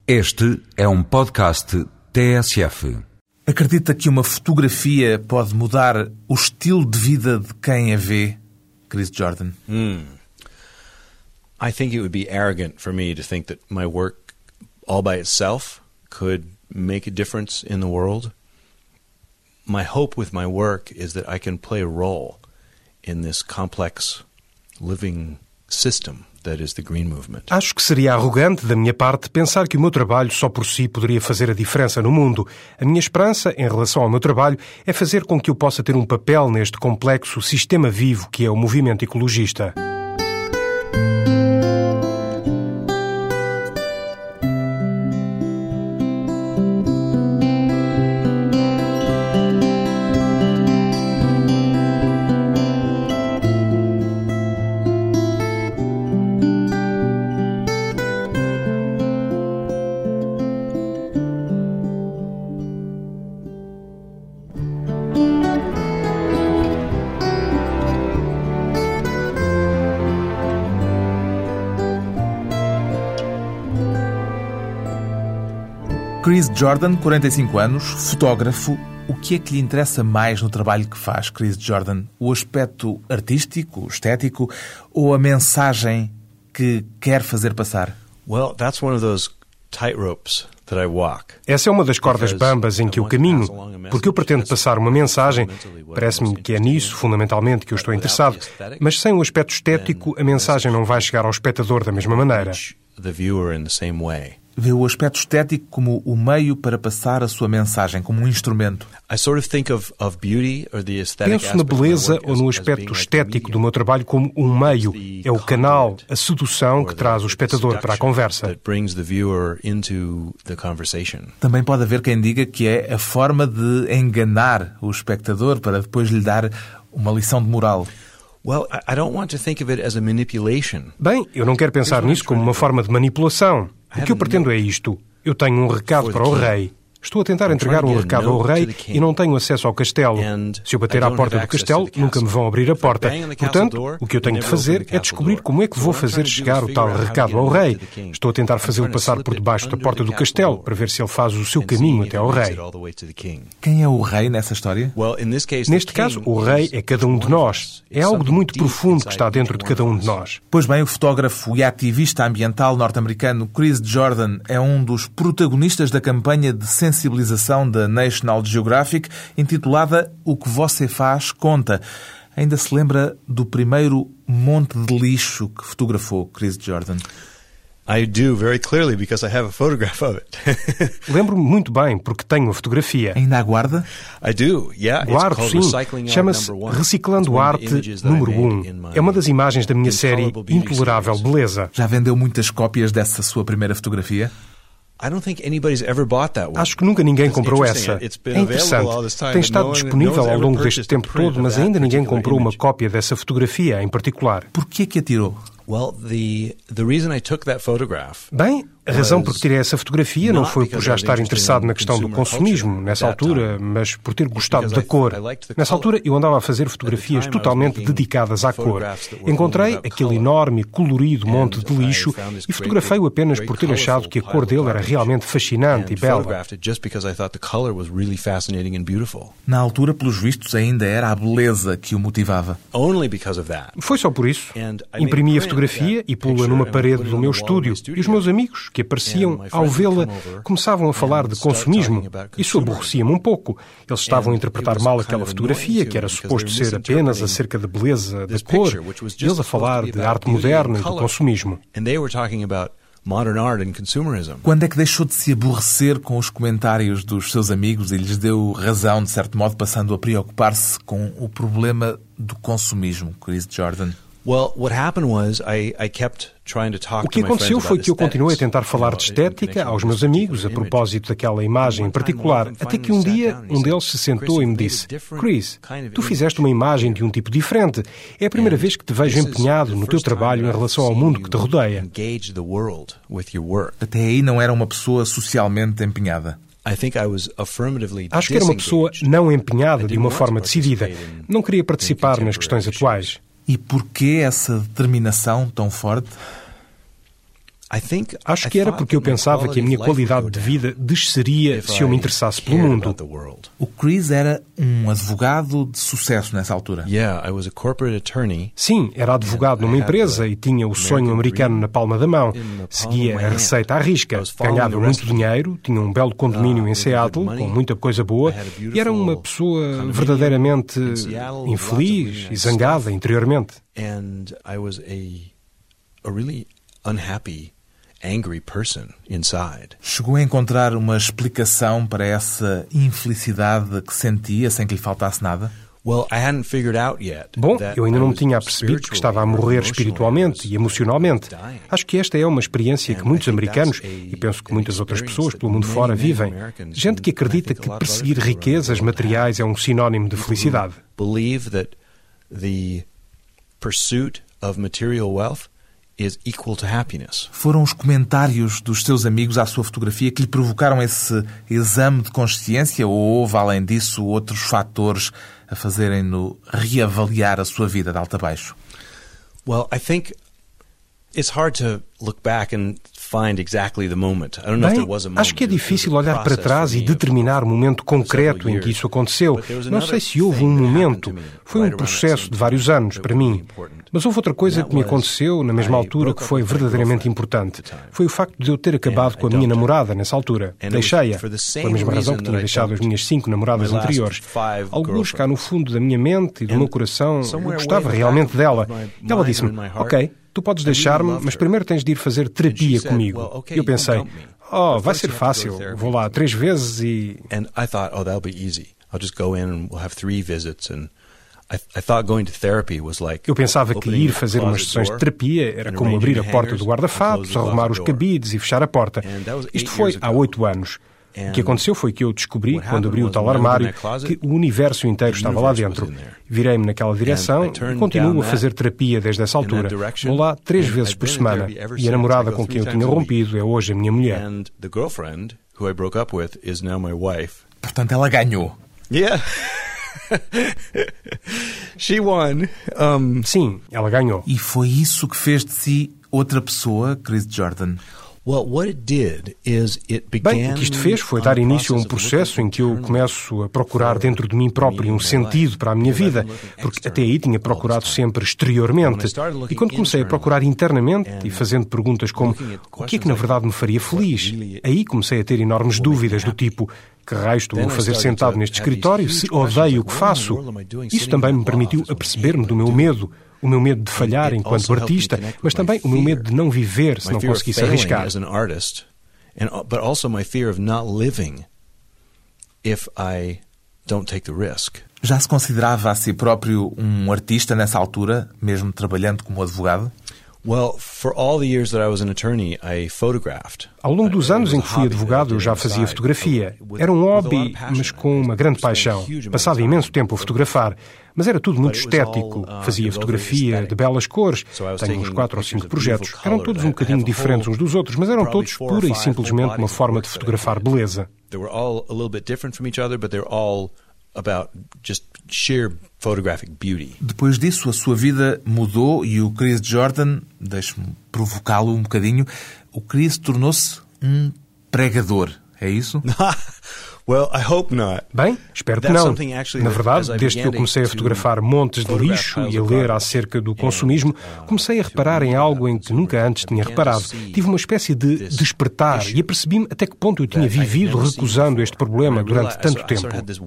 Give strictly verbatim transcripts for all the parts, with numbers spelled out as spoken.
Este é um podcast T S F. Acredita que uma fotografia pode mudar o estilo de vida de quem a vê, Chris Jordan? Hmm. I think it would be arrogant for me to think that my work all by itself could make a difference in the world. My hope with my work is that I can play a role in this complex living system that is the Green Movement. Acho que seria arrogante da minha parte pensar que o meu trabalho só por si poderia fazer a diferença no mundo. A minha esperança em relação ao meu trabalho é fazer com que eu possa ter um papel neste complexo sistema vivo que é o movimento ecologista. Chris Jordan, quarenta e cinco anos, fotógrafo. O que é que lhe interessa mais no trabalho que faz, Chris Jordan? O aspecto artístico, estético, ou a mensagem que quer fazer passar? Well, that's one of those tightropes that I walk. Essa é uma das cordas bambas em que eu caminho, porque eu pretendo passar uma mensagem. Parece-me que é nisso, fundamentalmente, que eu estou interessado. Mas sem o aspecto estético, a mensagem não vai chegar ao espectador da mesma maneira. Vê o aspecto estético como o meio para passar a sua mensagem, como um instrumento. Penso na beleza ou no aspecto estético do meu trabalho como um meio. É o canal, a sedução que traz o espectador para a conversa. Também pode haver quem diga que é a forma de enganar o espectador para depois lhe dar uma lição de moral. Bem, eu não quero pensar nisso como uma forma de manipulação. O que eu pretendo é isto. Eu tenho um recado para o rei. Estou a tentar entregar um recado ao rei e não tenho acesso ao castelo. Se eu bater à porta do castelo, nunca me vão abrir a porta. Portanto, o que eu tenho de fazer é descobrir como é que vou fazer chegar o tal recado ao rei. Estou a tentar fazê-lo passar por debaixo da porta do castelo para ver se ele faz o seu caminho até ao rei. Quem é o rei nessa história? Neste caso, o rei é cada um de nós. É algo de muito profundo que está dentro de cada um de nós. Pois bem, o fotógrafo e ativista ambiental norte-americano Chris Jordan é um dos protagonistas da campanha de sensibilização sensibilização da National Geographic, intitulada O que você faz conta. Ainda se lembra do primeiro monte de lixo que fotografou Chris Jordan? I do, very clearly, because I have a photograph of it. Lembro-me muito bem, porque tenho a fotografia. Ainda a guarda? I do, yeah. Guardo, sim. Chama-se Reciclando Arte número um. É uma das imagens da minha série Intolerável Beleza. Já vendeu muitas cópias dessa sua primeira fotografia? Acho que nunca ninguém comprou essa. É interessante. Tem estado disponível ao longo deste tempo todo, mas ainda ninguém comprou uma cópia dessa fotografia em particular. Por que é que a tirou? Bem, a razão por que tirei essa fotografia não foi por já estar interessado na questão do consumismo nessa altura, mas por ter gostado da cor. Nessa altura eu andava a fazer fotografias totalmente dedicadas à cor. Encontrei aquele enorme, colorido monte de lixo e fotografei-o apenas por ter achado que a cor dele era realmente fascinante e bela. Na altura, pelos vistos, ainda era a beleza que o motivava. Foi só por isso. Imprimi a fotografia e pô-la numa parede do meu estúdio e os meus amigos, que apareciam, ao vê-la, começavam a falar de consumismo. Isso aborrecia-me um pouco. Eles estavam a interpretar mal aquela fotografia, que era suposto ser apenas acerca da beleza da cor, e eles a falar de arte moderna e do consumismo. Quando é que deixou de se aborrecer com os comentários dos seus amigos e lhes deu razão, de certo modo, passando a preocupar-se com o problema do consumismo, Chris Jordan? O que aconteceu foi que eu continuei a tentar falar de estética aos meus amigos a propósito daquela imagem em particular, até que um dia um deles se sentou e me disse: Chris, tu fizeste uma imagem de um tipo diferente. É a primeira vez que te vejo empenhado no teu trabalho em relação ao mundo que te rodeia. Até aí não era uma pessoa socialmente empenhada. Acho que era uma pessoa não empenhada de uma forma decidida. Não queria participar nas questões atuais. E porquê essa determinação tão forte? Acho que era porque eu pensava que a minha qualidade de vida desceria se eu me interessasse pelo mundo. O Chris era um advogado de sucesso nessa altura. Sim, era advogado numa empresa e tinha o sonho americano na palma da mão. Seguia a receita à risca, ganhava muito dinheiro, tinha um belo condomínio em Seattle, com muita coisa boa, e era uma pessoa verdadeiramente infeliz e zangada interiormente. Angry person inside. Chegou a encontrar uma explicação para essa infelicidade que sentia sem que lhe faltasse nada? Well, I hadn't figured out yet. Bom, eu ainda não me tinha apercebido que estava a morrer espiritualmente e emocionalmente. Acho que esta é uma experiência que muitos americanos, e penso que muitas outras pessoas pelo mundo fora, vivem. Gente que acredita que perseguir riquezas materiais é um sinónimo de felicidade. Believe that the pursuit of material wealth is equal to happiness. Foram os comentários dos seus amigos à sua fotografia que lhe provocaram esse exame de consciência ou houve, além disso, outros fatores a fazerem-no reavaliar a sua vida de alto a baixo? Well, I think it's hard to look back and find exactly the moment. I don't know if there was a moment. Acho que é difícil olhar para trás e determinar o momento concreto em que isso aconteceu. Não sei se houve um momento. Foi um processo de vários anos para mim. Mas houve outra coisa que me aconteceu na mesma altura que foi verdadeiramente importante. Foi o facto de eu ter acabado com a minha namorada nessa altura. Deixei-a. Pela mesma razão que tinha deixado as minhas cinco namoradas anteriores. Alguns cá no fundo da minha mente e do meu coração, eu gostava realmente dela. E ela disse-me, ok, tu podes deixar-me, mas primeiro tens de ir fazer terapia comigo. E eu pensei, oh, vai ser fácil. Vou lá três vezes e... And I thought, oh, that'll be easy. I'll just go in and we'll have three visits and Eu pensava que ir fazer umas sessões de terapia era como abrir a porta do guarda-fatos, arrumar os cabides e fechar a porta. Isto foi há oito anos. O que aconteceu foi que eu descobri, quando abri o tal armário, que o universo inteiro estava lá dentro. Virei-me naquela direção e continuo a fazer terapia desde essa altura. Vou lá três vezes por semana. E a namorada com quem eu tinha rompido é hoje a minha mulher. Portanto, ela ganhou. Yeah. She won. Um... Sim, ela ganhou. E foi isso que fez de si outra pessoa, Chris Jordan? Well, what it did is it began... Bem, o que isto fez foi dar início a um processo em que eu começo a procurar dentro de mim próprio um sentido para a minha vida, porque até aí tinha procurado sempre exteriormente. E quando comecei a procurar internamente e fazendo perguntas como o que é que na verdade me faria feliz, aí comecei a ter enormes dúvidas do tipo... Que raio estou a fazer sentado neste escritório se odeio o que faço? Isso também me permitiu aperceber-me do meu medo, o meu medo de falhar enquanto artista, mas também o meu medo de não viver se não conseguisse arriscar. Já se considerava a si próprio um artista nessa altura, mesmo trabalhando como advogado? Well, for all the years that I was an attorney, I photographed. Ao longo dos anos em que fui advogado, eu já fazia fotografia. Era um hobby, mas com uma grande paixão. Passava imenso tempo a fotografar, mas era tudo muito estético. Fazia fotografia de belas cores. Tenho uns quatro ou cinco projetos. Eram todos um bocadinho diferentes uns dos outros, mas eram todos pura e simplesmente uma forma de fotografar beleza. They were all a little bit different from each other, but they're all about just sheer photographic beauty. Depois disso, a sua vida mudou e o Chris Jordan, deixe-me provocá-lo um bocadinho, o Chris tornou-se um pregador, é isso? Well, I hope not. Bem, espero que não. Na verdade, desde que eu comecei a fotografar montes de lixo e a ler acerca do consumismo, comecei a reparar em algo em que nunca antes tinha reparado. Tive uma espécie de despertar e apercebi-me até que ponto eu tinha vivido recusando este problema durante tanto tempo.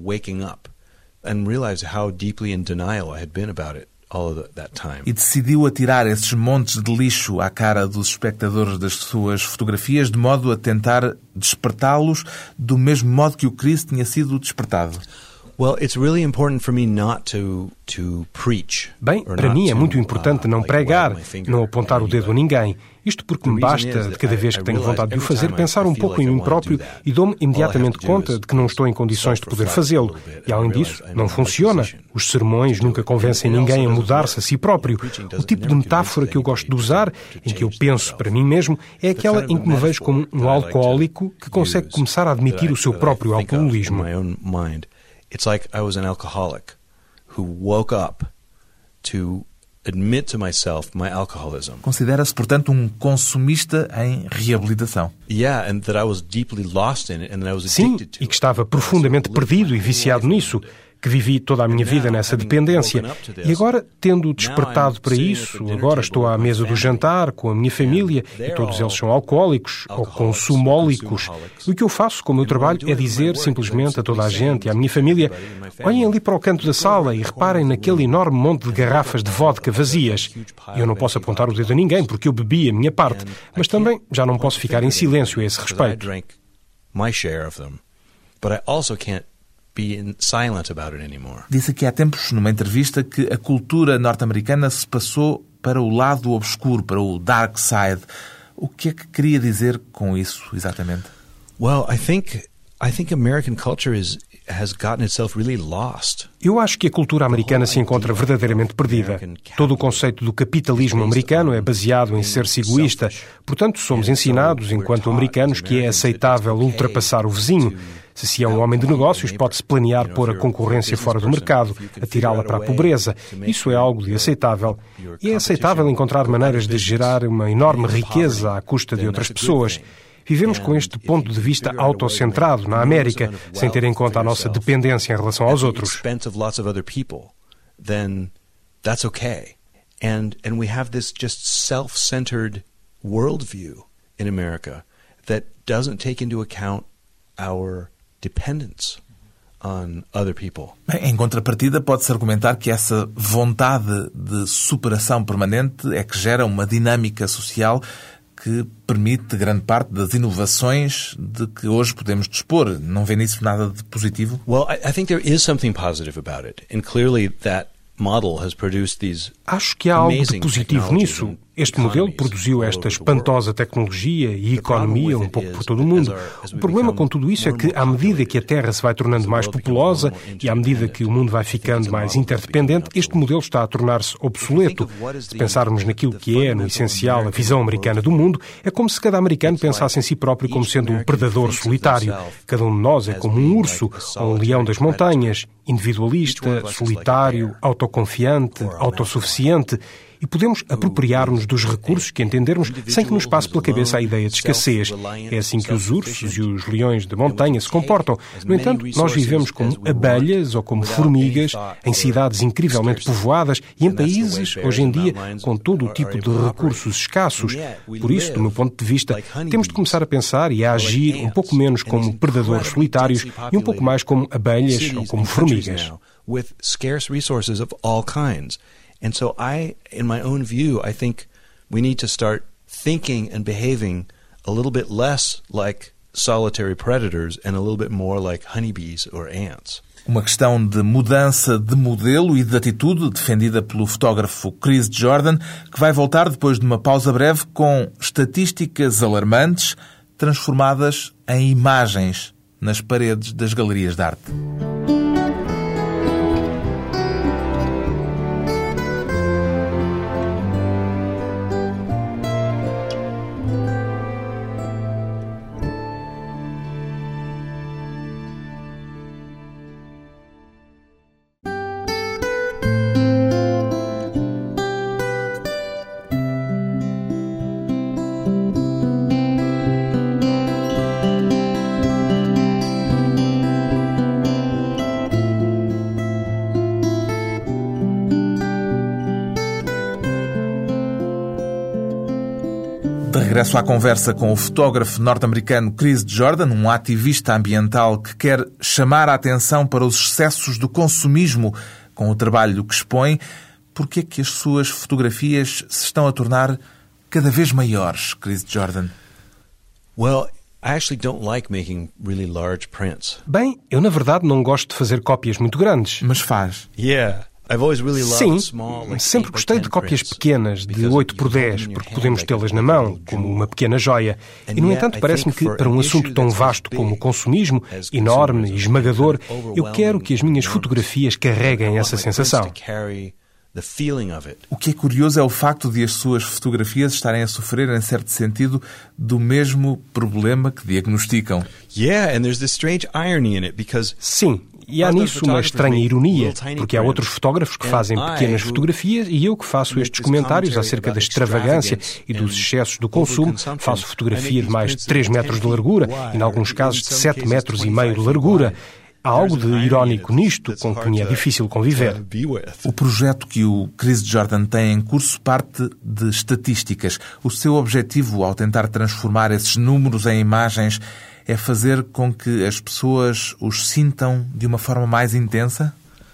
E decidiu atirar esses montes de lixo à cara dos espectadores das suas fotografias de modo a tentar despertá-los do mesmo modo que o Chris tinha sido despertado. Well, it's really important for me not to to preach. Bem, para mim é muito importante não pregar, não apontar o dedo a ninguém. Isto porque me basta, de cada vez que tenho vontade de o fazer, pensar um pouco em mim próprio e dou-me imediatamente conta de que não estou em condições de poder fazê-lo. E além disso, não funciona. Os sermões nunca convencem ninguém a mudar-se a si próprio. O tipo de metáfora que eu gosto de usar, em que eu penso para mim mesmo, é aquela em que me vejo como um alcoólico que consegue começar a admitir o seu próprio alcoolismo. It's like I was an alcoholic who woke up to admit to myself my alcoholism. Considera-se, portanto, um consumista em reabilitação. Yeah, and that I was deeply lost in it and that I was Sim, addicted to e que estava profundamente perdido e viciado nisso, que vivi toda a minha vida nessa dependência. E agora, tendo despertado para isso, agora estou à mesa do jantar com a minha família e todos eles são alcoólicos ou consumólicos. E o que eu faço com o meu trabalho é dizer simplesmente a toda a gente e à minha família: olhem ali para o canto da sala e reparem naquele enorme monte de garrafas de vodka vazias. Eu não posso apontar o dedo a ninguém porque eu bebi a minha parte, mas também já não posso ficar em silêncio a esse respeito. Disse aqui há tempos, numa entrevista, que a cultura norte-americana se passou para o lado obscuro, para o dark side. O que é que queria dizer com isso, exatamente? Well, I think I think American culture is has gotten itself really lost. Eu acho que a cultura americana se encontra verdadeiramente perdida. Todo o conceito do capitalismo americano é baseado em ser-se egoísta. Portanto, somos ensinados, enquanto americanos, que é aceitável ultrapassar o vizinho. Se se é um homem de negócios, pode-se planear pôr a concorrência fora do mercado, atirá-la para a pobreza. Isso é algo de aceitável. E é aceitável encontrar maneiras de gerar uma enorme riqueza à custa de outras pessoas. Vivemos com este ponto de vista autocentrado na América, sem ter em conta a nossa dependência em relação aos outros. Then that's okay. And and we have this just self-centered worldview in America that doesn't take into account our dependence on other people. Bem, em contrapartida, pode-se argumentar que essa vontade de superação permanente é que gera uma dinâmica social que permite grande parte das inovações de que hoje podemos dispor. Não vê nisso nada de positivo? Well, I, I think there is something positive about it. And clearly that model has produced these Acho que há algo de positivo nisso. Este modelo produziu esta espantosa tecnologia e economia um pouco por todo o mundo. O problema com tudo isso é que, à medida que a Terra se vai tornando mais populosa e à medida que o mundo vai ficando mais interdependente, este modelo está a tornar-se obsoleto. Se pensarmos naquilo que é, no essencial, a visão americana do mundo, é como se cada americano pensasse em si próprio como sendo um predador solitário. Cada um de nós é como um urso ou um leão das montanhas, individualista, solitário, autoconfiante, autossuficiente. E podemos apropriar-nos dos recursos que entendermos sem que nos passe pela cabeça a ideia de escassez. É assim que os ursos e os leões de montanha se comportam. No entanto, nós vivemos como abelhas ou como formigas, em cidades incrivelmente povoadas e em países, hoje em dia, com todo o tipo de recursos escassos. Por isso, do meu ponto de vista, temos de começar a pensar e a agir um pouco menos como predadores solitários e um pouco mais como abelhas ou como formigas. And so I, in my own view, I think we need to start thinking and behaving a little bit less like solitary predators and a little bit more like honeybees or ants. Uma questão de mudança de modelo e de atitude defendida pelo fotógrafo Chris Jordan, que vai voltar depois de uma pausa breve com estatísticas alarmantes transformadas em imagens nas paredes das galerias de arte. De regresso à conversa com o fotógrafo norte-americano Chris Jordan, um ativista ambiental que quer chamar a atenção para os excessos do consumismo com o trabalho que expõe. Por que é que as suas fotografias se estão a tornar cada vez maiores, Chris Jordan? Well, I actually don't like making really large prints. Bem, eu na verdade não gosto de fazer cópias muito grandes. Mas faz. Yeah. Sim, sempre gostei de cópias pequenas, de oito por dez, porque podemos tê-las na mão, como uma pequena joia. E, no entanto, parece-me que, para um assunto tão vasto como o consumismo, enorme e esmagador, eu quero que as minhas fotografias carreguem essa sensação. O que é curioso é o facto de as suas fotografias estarem a sofrer, em certo sentido, do mesmo problema que diagnosticam. Sim, E há nisso uma estranha ironia, porque há outros fotógrafos que fazem pequenas fotografias e eu que faço estes comentários acerca da extravagância e dos excessos do consumo, faço fotografia de mais de três metros de largura e, em alguns casos, de sete metros e meio de largura. Há algo de irónico nisto com que me é difícil conviver. O projeto que o Chris Jordan tem em curso parte de estatísticas. O seu objetivo, ao tentar transformar esses números em imagens, é fazer com que as pessoas os sintam de uma forma mais intensa?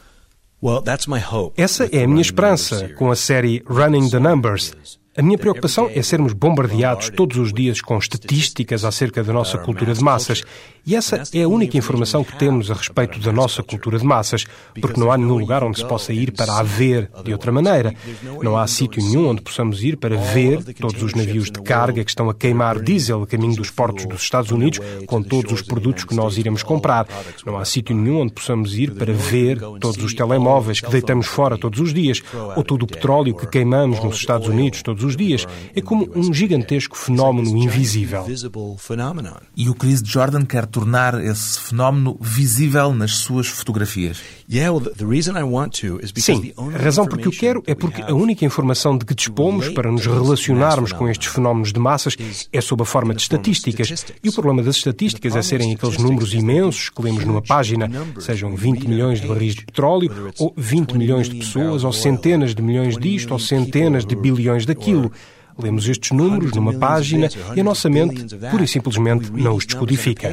Essa é a minha esperança com a série Running the Numbers. A minha preocupação é sermos bombardeados todos os dias com estatísticas acerca da nossa cultura de massas. E essa é a única informação que temos a respeito da nossa cultura de massas, porque não há nenhum lugar onde se possa ir para a ver de outra maneira. Não há sítio nenhum onde possamos ir para ver todos os navios de carga que estão a queimar diesel a caminho dos portos dos Estados Unidos com todos os produtos que nós iremos comprar. Não há sítio nenhum onde possamos ir para ver todos os telemóveis que deitamos fora todos os dias, ou todo o petróleo que queimamos nos Estados Unidos todos os dias. É como um gigantesco fenómeno invisível. E o Chris Jordan quer tornar esse fenómeno visível nas suas fotografias. Sim, a razão por que eu quero é porque a única informação de que dispomos para nos relacionarmos com estes fenómenos de massas é sob a forma de estatísticas. E o problema das estatísticas é serem aqueles números imensos que lemos numa página, sejam vinte milhões de barris de petróleo, ou vinte milhões de pessoas, ou centenas de milhões disto, ou centenas de bilhões daquilo. Lemos estes números numa página e a nossa mente, pura e simplesmente, não os descodifica.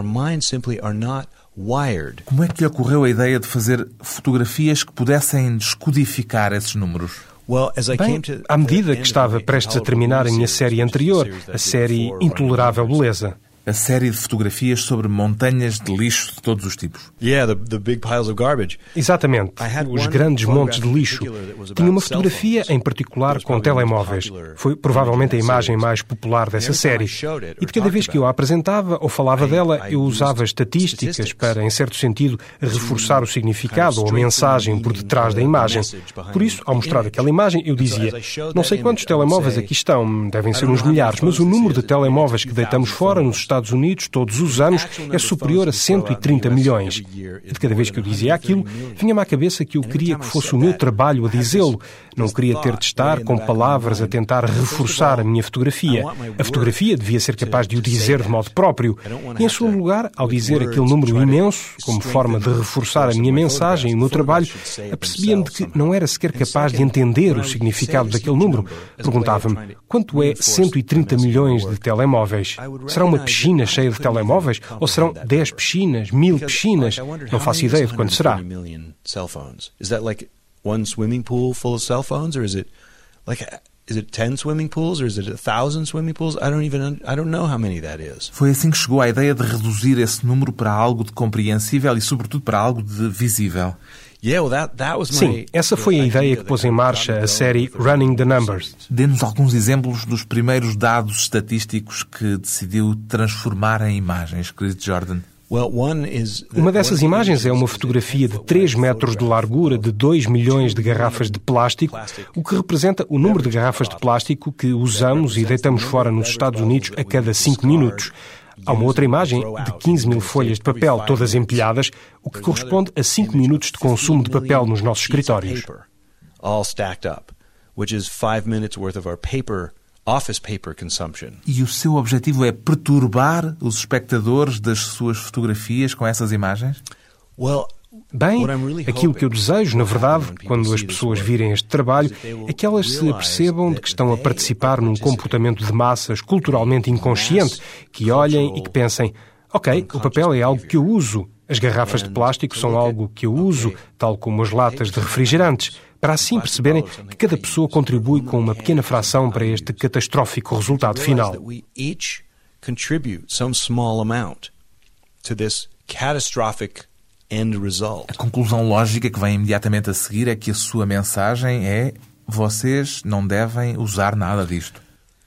Como é que lhe ocorreu a ideia de fazer fotografias que pudessem descodificar esses números? Bem, à medida que estava prestes a terminar a minha série anterior, a série Intolerável Beleza. A série de fotografias sobre montanhas de lixo de todos os tipos. Exatamente, os grandes montes de lixo. Tinha uma fotografia em particular com telemóveis. Foi provavelmente a imagem mais popular dessa série. E de cada vez que eu a apresentava ou falava dela, eu usava estatísticas para, em certo sentido, reforçar o significado ou a mensagem por detrás da imagem. Por isso, ao mostrar aquela imagem, eu dizia: não sei quantos telemóveis aqui estão, devem ser uns milhares, mas o número de telemóveis que deitamos fora nos Estados Estados Unidos, todos os anos, é superior a cento e trinta milhões. E de cada vez que eu dizia aquilo, vinha-me à cabeça que eu queria que fosse o meu trabalho a dizê-lo. Não queria ter de estar com palavras a tentar reforçar a minha fotografia. A fotografia devia ser capaz de o dizer de modo próprio. E, em segundo lugar, ao dizer aquele número imenso, como forma de reforçar a minha mensagem e o meu trabalho, apercebia-me de que não era sequer capaz de entender o significado daquele número. Perguntava-me: quanto é cento e trinta milhões de telemóveis? Será uma piscina cheia de telemóveis? Ou serão dez piscinas, mil piscinas? Não faço ideia de quanto será. One swimming pool full of cell phones, or is it like is it ten swimming pools, or is it a thousand swimming pools? I don't even I don't know how many that is. Foi assim que chegou à ideia de reduzir esse número para algo de compreensível e sobretudo para algo de visível. Sim, essa foi a ideia que pôs em marcha a série Running the Numbers. Dê-nos alguns exemplos dos primeiros dados estatísticos que decidiu transformar em imagens, Chris Jordan. Uma dessas imagens é uma fotografia de três metros de largura de dois milhões de garrafas de plástico, o que representa o número de garrafas de plástico que usamos e deitamos fora nos Estados Unidos a cada cinco minutos. Há uma outra imagem de quinze mil folhas de papel, todas empilhadas, o que corresponde a cinco minutos de consumo de papel nos nossos escritórios. Office paper consumption. E o seu objetivo é perturbar os espectadores das suas fotografias com essas imagens? Bem, aquilo que eu desejo, na verdade, quando as pessoas virem este trabalho, é que elas se apercebam de que estão a participar num comportamento de massas culturalmente inconsciente, que olhem e que pensem: ok, o papel é algo que eu uso, as garrafas de plástico são algo que eu uso, tal como as latas de refrigerantes, para assim perceberem que cada pessoa contribui com uma pequena fração para este catastrófico resultado final. A conclusão lógica que vem imediatamente a seguir é que a sua mensagem é: vocês não devem usar nada disto.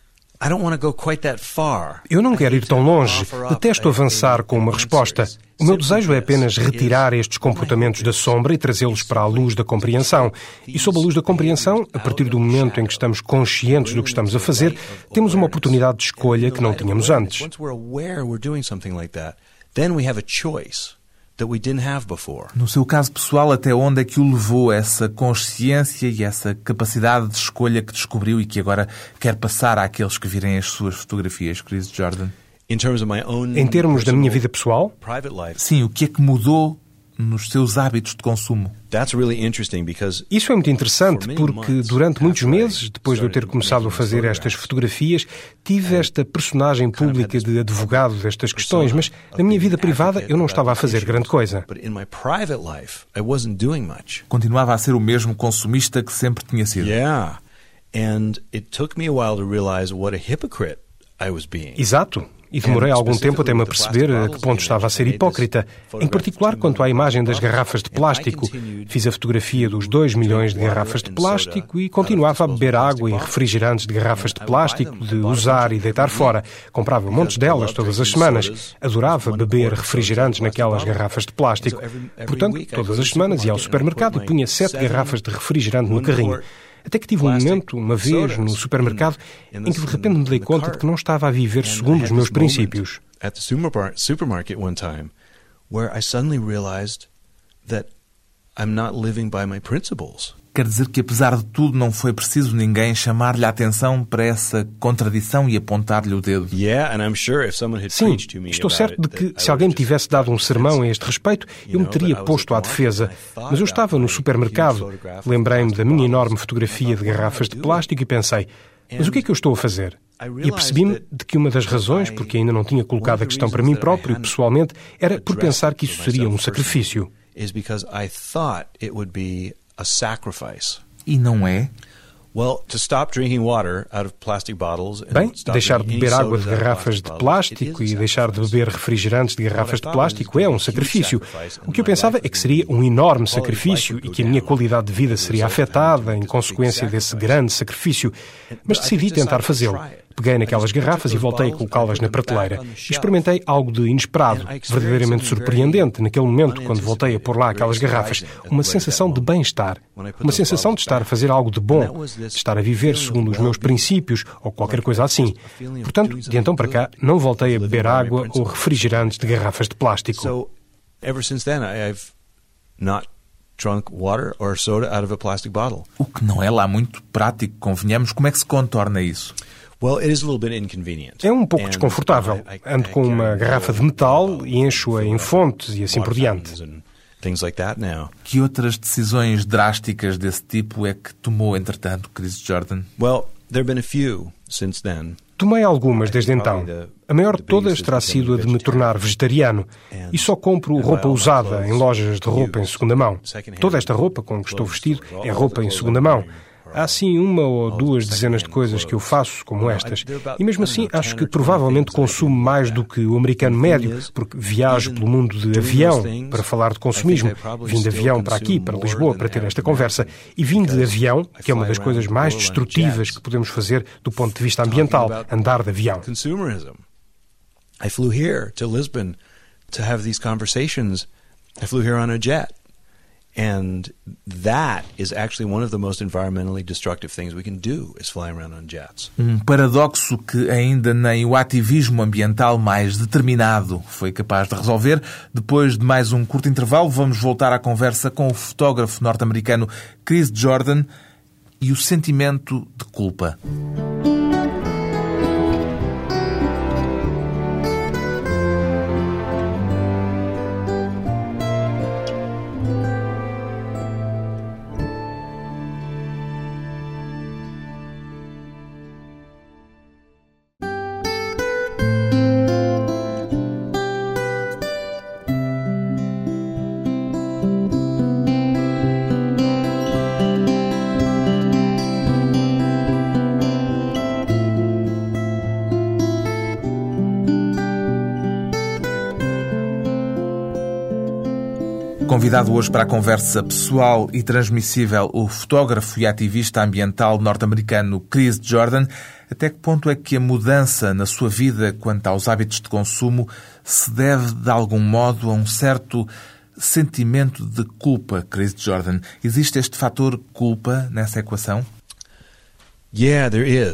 Eu não quero ir tão longe. Detesto avançar com uma resposta. O meu desejo é apenas retirar estes comportamentos da sombra e trazê-los para a luz da compreensão. E sob a luz da compreensão, a partir do momento em que estamos conscientes do que estamos a fazer, temos uma oportunidade de escolha que não tínhamos antes. that we didn't have before. No seu caso pessoal, até onde é que o levou essa consciência e essa capacidade de escolha que descobriu e que agora quer passar àqueles que virem as suas fotografias, Chris Jordan? In terms of my own Em termos da minha vida pessoal, private life, sim, o que é que mudou nos seus hábitos de consumo? that's really interesting because isso é muito interessante porque durante muitos meses, depois de eu ter começado a fazer estas fotografias, tive esta personagem pública de advogado destas questões, mas na minha vida privada eu não estava a fazer grande coisa. But in my private life, I wasn't doing much. Continuava a ser o mesmo consumista que sempre tinha sido. Yeah. And it took me a while to realize what a hypocrite I was being. Exato. E demorei algum tempo até me aperceber a que ponto estava a ser hipócrita, em particular quanto à imagem das garrafas de plástico. Fiz a fotografia dos dois milhões de garrafas de plástico e continuava a beber água e refrigerantes de garrafas de plástico, de usar e deitar fora. Comprava montes delas todas as semanas. Adorava beber refrigerantes naquelas garrafas de plástico. Portanto, todas as semanas ia ao supermercado e punha sete garrafas de refrigerante no carrinho. Até que tive um momento, uma vez, no supermercado, em que de repente me dei conta de que não estava a viver segundo os meus princípios. At the supermarket one time, where I suddenly realized that I'm not living by my principles. Quer dizer que, apesar de tudo, não foi preciso ninguém chamar-lhe a atenção para essa contradição e apontar-lhe o dedo. Sim, estou certo de que, se alguém me tivesse dado um sermão a este respeito, eu me teria posto à defesa. Mas eu estava no supermercado, lembrei-me da minha enorme fotografia de garrafas de plástico e pensei, mas o que é que eu estou a fazer? E apercebi-me de que uma das razões, porque ainda não tinha colocado a questão para mim próprio, pessoalmente, era por pensar que isso seria um sacrifício. Is because I thought it would be a sacrifice. E não é? Well, to stop drinking water out of plastic bottles and Bem, stop deixar de drinking beber any água de sodas out of garrafas plastic de bottles, plástico it e is a deixar de sacrifice. beber refrigerantes de garrafas de plástico é um sacrifício. O que eu pensava é que seria um Quality enorme of life sacrifício would e go que a minha down qualidade de vida as a seria result of afetada having em to consequência take desse sacrifice. grande sacrifício. Mas decidi tentar fazê-lo. Peguei naquelas garrafas e voltei a colocá-las na prateleira. E experimentei algo de inesperado, verdadeiramente surpreendente naquele momento, quando voltei a pôr lá aquelas garrafas. Uma sensação de bem-estar. Uma sensação de estar a fazer algo de bom, de estar a viver segundo os meus princípios, ou qualquer coisa assim. Portanto, de então para cá, não voltei a beber água ou refrigerantes de garrafas de plástico. So, ever since then, I've not drunk water or soda out of a plastic bottle. O que não é lá muito prático, convenhamos. Como é que se contorna isso? Well, it is a little bit inconvenient. É um pouco And desconfortável. I- I- Ando I com carry uma a garrafa de metal e encho-a em fontes e assim por diante. and things like that now. Que outras decisões drásticas desse tipo é que tomou, entretanto, Chris Jordan? Well, there have been a few since then. Tomei algumas desde então. A maior de todas terá sido a de me tornar vegetariano e só compro roupa usada em lojas de roupa em segunda mão. Toda esta roupa com que estou vestido é roupa em segunda mão. Há sim uma ou duas dezenas de coisas que eu faço como estas. E mesmo assim acho que provavelmente consumo mais do que o americano médio, porque viajo pelo mundo de avião para falar de consumismo. Vim de avião para aqui, para Lisboa, para ter esta conversa. E vim de avião, que é uma das coisas mais destrutivas que podemos fazer do ponto de vista ambiental, andar de avião. Consumerism. I flew here to Lisbon to have these conversations. I flew here on a jet. And that is actually one of the most environmentally destructive things we can do, is fly around on jets. Um paradoxo que ainda nem o ativismo ambiental mais determinado foi capaz de resolver. Depois de mais um curto intervalo, vamos voltar à conversa com o fotógrafo norte-americano Chris Jordan e o sentimento de culpa. Convidado hoje para a conversa pessoal e transmissível, o fotógrafo e ativista ambiental norte-americano Chris Jordan. Até que ponto é que a mudança na sua vida quanto aos hábitos de consumo se deve, de algum modo, a um certo sentimento de culpa, Chris Jordan? Existe este fator culpa nessa equação? Yeah, there is.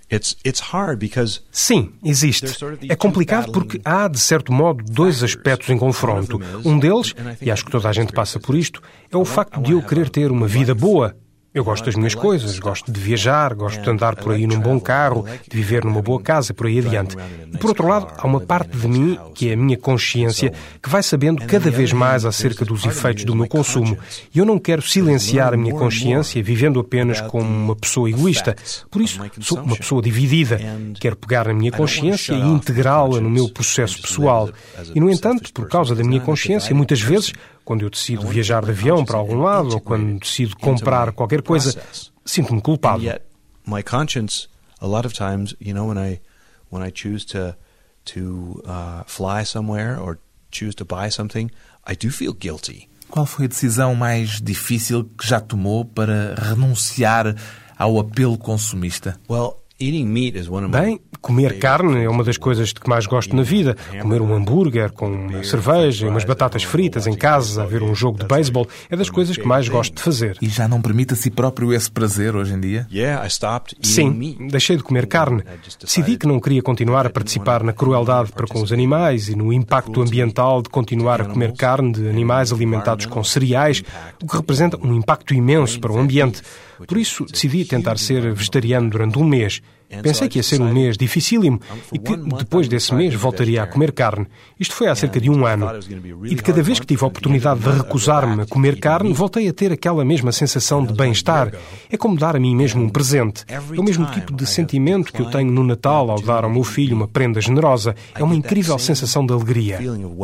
It's, it's hard because Sim, existe. É complicado porque há, de certo modo, dois aspectos em confronto. Um deles, e acho que toda a gente passa por isto, é o facto de eu querer ter uma vida boa. Eu gosto das minhas coisas, gosto de viajar, gosto de andar por aí num bom carro, de viver numa boa casa, por aí adiante. E, por outro lado, há uma parte de mim, que é a minha consciência, que vai sabendo cada vez mais acerca dos efeitos do meu consumo. E eu não quero silenciar a minha consciência vivendo apenas como uma pessoa egoísta. Por isso, sou uma pessoa dividida. Quero pegar na minha consciência e integrá-la no meu processo pessoal. E, no entanto, por causa da minha consciência, muitas vezes, quando eu decido viajar de avião para algum lado ou quando decido comprar qualquer coisa, sinto-me culpado. My conscience, a lot of times, you know, when I when I choose to to uh, fly somewhere or choose to buy something, I do feel guilty. Qual foi a decisão mais difícil que já tomou para renunciar ao apelo consumista? Well, eating meat is one of my Bem, comer carne é uma das coisas de que mais gosto na vida. Comer um hambúrguer com uma cerveja e umas batatas fritas em casa, a ver um jogo de beisebol, é das coisas que mais gosto de fazer. E já não permite a si próprio esse prazer hoje em dia? Sim, deixei de comer carne. Decidi que não queria continuar a participar na crueldade para com os animais e no impacto ambiental de continuar a comer carne de animais alimentados com cereais, o que representa um impacto imenso para o ambiente. Por isso, decidi tentar ser vegetariano durante um mês. Pensei que ia ser um mês dificílimo e que, depois desse mês, voltaria a comer carne. Isto foi há cerca de um ano. E de cada vez que tive a oportunidade de recusar-me a comer carne, voltei a ter aquela mesma sensação de bem-estar. É como dar a mim mesmo um presente. É o mesmo tipo de sentimento que eu tenho no Natal ao dar ao meu filho uma prenda generosa. É uma incrível sensação de alegria.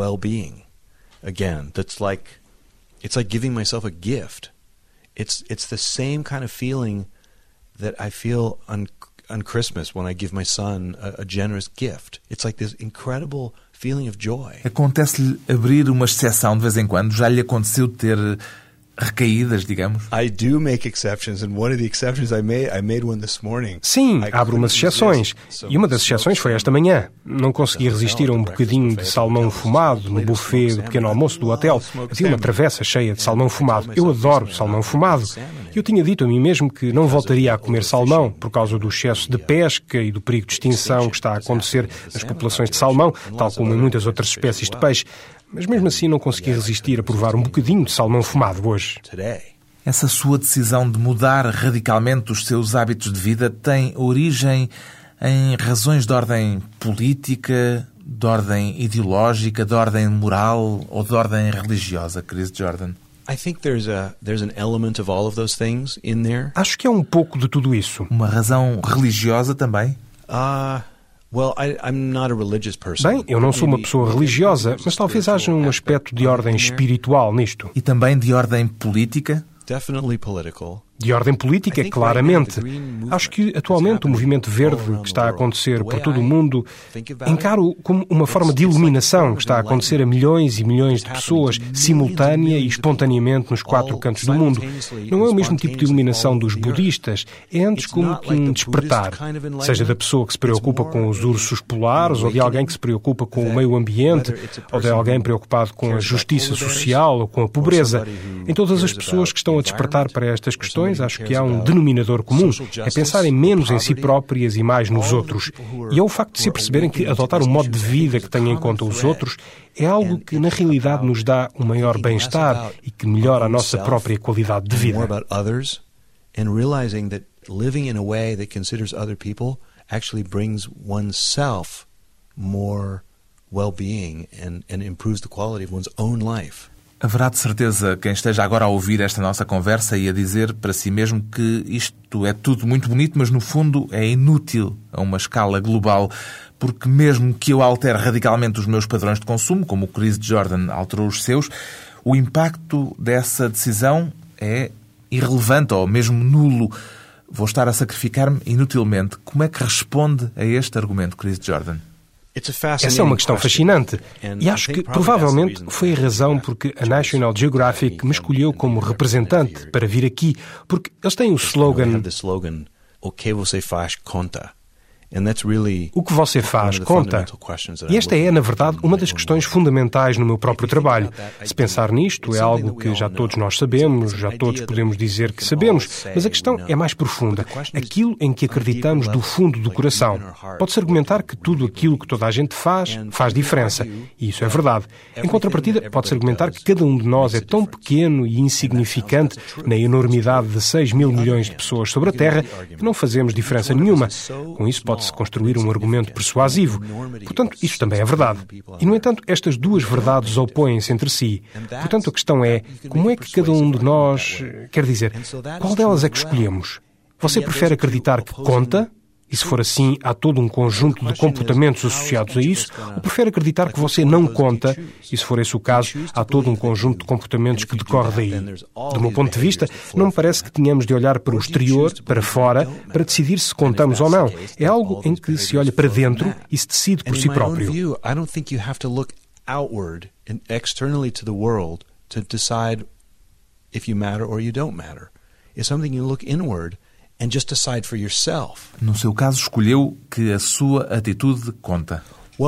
It's it's the same kind of feeling that I feel on on Christmas when I give my son a, a generous gift. It's like this incredible feeling of joy. Acontece-lhe abrir uma exceção de vez em quando? Já lhe aconteceu ter recaídas, digamos? I do make exceptions, and one of the exceptions I made, I made one this morning. Sim, abro umas exceções. E uma das exceções foi esta manhã. Não consegui resistir a um bocadinho de salmão fumado no buffet do pequeno almoço do hotel. Havia uma travessa cheia de salmão fumado. Eu adoro salmão fumado. Eu tinha dito a mim mesmo que não voltaria a comer salmão por causa do excesso de pesca e do perigo de extinção que está a acontecer nas populações de salmão, tal como em muitas outras espécies de peixe. Mas mesmo assim não consegui resistir a provar um bocadinho de salmão fumado hoje. Essa sua decisão de mudar radicalmente os seus hábitos de vida tem origem em razões de ordem política, de ordem ideológica, de ordem moral ou de ordem religiosa, Chris Jordan? I think there's a there's an element of all of those things in there. Acho que é um pouco de tudo isso. Uma razão religiosa também? Ah... Uh... Well, I, I'm not a religious person. Bem, eu não sou uma pessoa religiosa, mas talvez haja um aspecto de ordem espiritual nisto. E também de ordem política? Definitely political. De ordem política, claramente. Acho que atualmente o movimento verde que está a acontecer por todo o mundo encaro como uma forma de iluminação que está a acontecer a milhões e milhões de pessoas simultânea e espontaneamente nos quatro cantos do mundo. Não é o mesmo tipo de iluminação dos budistas, é antes como que um despertar, seja da pessoa que se preocupa com os ursos polares ou de alguém que se preocupa com o meio ambiente ou de alguém preocupado com a justiça social ou com a pobreza. Em todas as pessoas que estão a despertar para estas questões, acho que há um denominador comum, é pensarem menos em si próprias e mais nos outros. E é o facto de se perceberem que adotar um modo de vida que tenha em conta os outros é algo que, na realidade, nos dá um maior bem-estar e que melhora a nossa própria qualidade de vida. And realizing that living in a way that considers other people actually brings oneself more well-being and, and improves the quality of one's own life. Haverá de certeza quem esteja agora a ouvir esta nossa conversa e a dizer para si mesmo que isto é tudo muito bonito, mas no fundo é inútil a uma escala global, porque mesmo que eu altere radicalmente os meus padrões de consumo, como o Chris Jordan alterou os seus, o impacto dessa decisão é irrelevante ou mesmo nulo. Vou estar a sacrificar-me inutilmente. Como é que responde a este argumento, Chris Jordan? Essa é uma questão fascinante e acho que provavelmente foi a razão porque a National Geographic me escolheu como representante para vir aqui, porque eles têm o slogan O que você faz conta. O que você faz conta. E esta é, na verdade, uma das questões fundamentais no meu próprio trabalho. Se pensar nisto, é algo que já todos nós sabemos, já todos podemos dizer que sabemos, mas a questão é mais profunda. Aquilo em que acreditamos do fundo do coração. Pode-se argumentar que tudo aquilo que toda a gente faz, faz diferença. E isso é verdade. Em contrapartida, pode-se argumentar que cada um de nós é tão pequeno e insignificante na enormidade de seis mil milhões de pessoas sobre a Terra que não fazemos diferença nenhuma. Com isso, pode-se construir um argumento persuasivo. Portanto, isso também é verdade. E, no entanto, estas duas verdades opõem-se entre si. Portanto, a questão é, como é que cada um de nós... Quer dizer, qual delas é que escolhemos? Você prefere acreditar que conta? E se for assim, há todo um conjunto de comportamentos associados a isso? Ou prefere acreditar que você não conta? E se for esse o caso, há todo um conjunto de comportamentos que decorre daí. Do meu ponto de vista, não me parece que tenhamos de olhar para o exterior, para fora, para decidir se contamos ou não. É algo em que se olha para dentro e se decide por si próprio. I don't think you have to look outward and externally to the world to decide if you matter or you don't matter. It's something you look inward and just decide for yourself. No seu caso, escolheu que a sua atitude conta.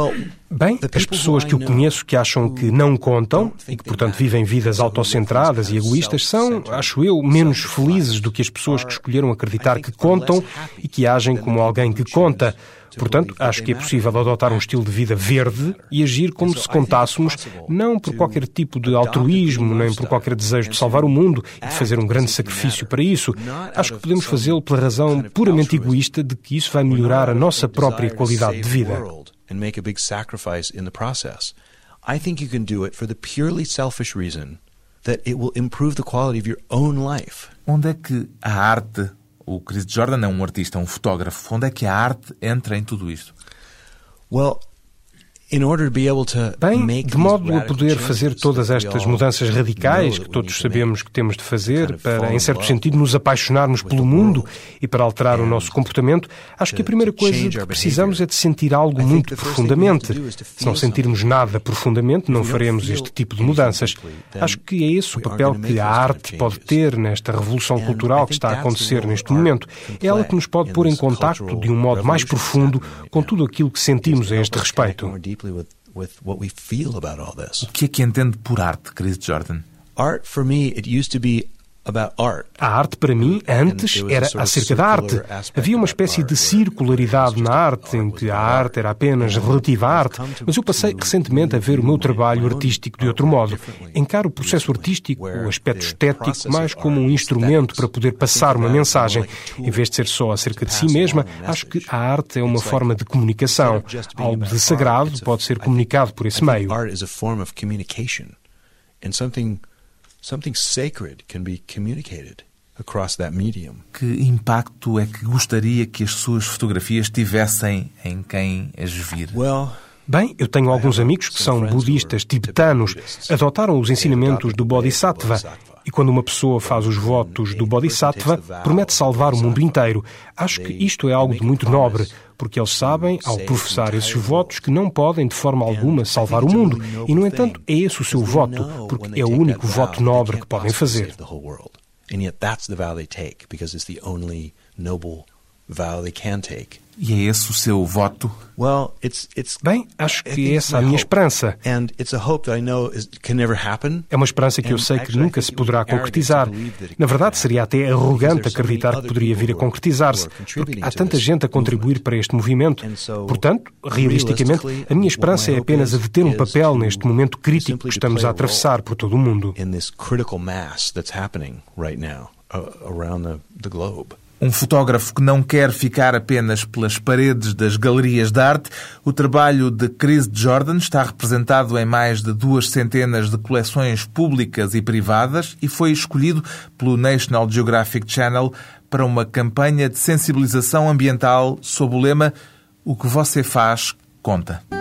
Bem, as pessoas que eu conheço que acham que não contam e que, portanto, vivem vidas autocentradas e egoístas são, acho eu, menos felizes do que as pessoas que escolheram acreditar que contam e que agem como alguém que conta. Portanto, acho que é possível adotar um estilo de vida verde e agir como se contássemos, não por qualquer tipo de altruísmo, nem por qualquer desejo de salvar o mundo e de fazer um grande sacrifício para isso. Acho que podemos fazê-lo pela razão puramente egoísta de que isso vai melhorar a nossa própria qualidade de vida. And make a big sacrifice in the process. I think you can do it for the purely selfish reason that it will improve the quality of your own life. Onde é que a arte, o Chris Jordan é um artista, um fotógrafo, onde é que a arte entra em tudo isto? Well, Bem, de modo a poder fazer todas estas mudanças radicais que todos sabemos que temos de fazer para, em certo sentido, nos apaixonarmos pelo mundo e para alterar o nosso comportamento, acho que a primeira coisa de que precisamos é de sentir algo muito profundamente. Se não sentirmos nada profundamente, não faremos este tipo de mudanças. Acho que é esse o papel que a arte pode ter nesta revolução cultural que está a acontecer neste momento. É ela que nos pode pôr em contacto de um modo mais profundo com tudo aquilo que sentimos a este respeito. With, with what we feel about all this. O que é que entende por arte, Chris Jordan? Art, for me, it used to be about art. A arte, para mim, antes era acerca da arte. Havia uma espécie de circularidade na arte, em que a arte era apenas relativa à arte, mas eu passei recentemente a ver o meu trabalho artístico de outro modo. Encaro o processo artístico, o aspecto estético, mais como um instrumento para poder passar uma mensagem. Em vez de ser só acerca de si mesma, acho que a arte é uma forma de comunicação. Algo de sagrado pode ser comunicado por esse meio. Art is a form of communication. And something Something sacred can be communicated across that medium. Que impacto é que gostaria que as suas fotografias tivessem em quem as vir? Well, Bem, eu tenho alguns amigos que são budistas tibetanos, adotaram os ensinamentos do Bodhisattva. E quando uma pessoa faz os votos do Bodhisattva, promete salvar o mundo inteiro. Acho que isto é algo de muito nobre, porque eles sabem, ao professar esses votos, que não podem de forma alguma salvar o mundo. E, no entanto, é esse o seu voto, porque é o único voto nobre que podem fazer. E é esse o seu voto? Bem, acho que é essa a minha esperança. É uma esperança que eu sei que nunca se poderá concretizar. Na verdade, seria até arrogante acreditar que poderia vir a concretizar-se, porque há tanta gente a contribuir para este movimento. Portanto, realisticamente, a minha esperança é apenas a de ter um papel neste momento crítico que estamos a atravessar por todo o mundo. Um fotógrafo que não quer ficar apenas pelas paredes das galerias de arte, o trabalho de Chris Jordan está representado em mais de duas centenas de coleções públicas e privadas e foi escolhido pelo National Geographic Channel para uma campanha de sensibilização ambiental sob o lema "O que você faz, conta".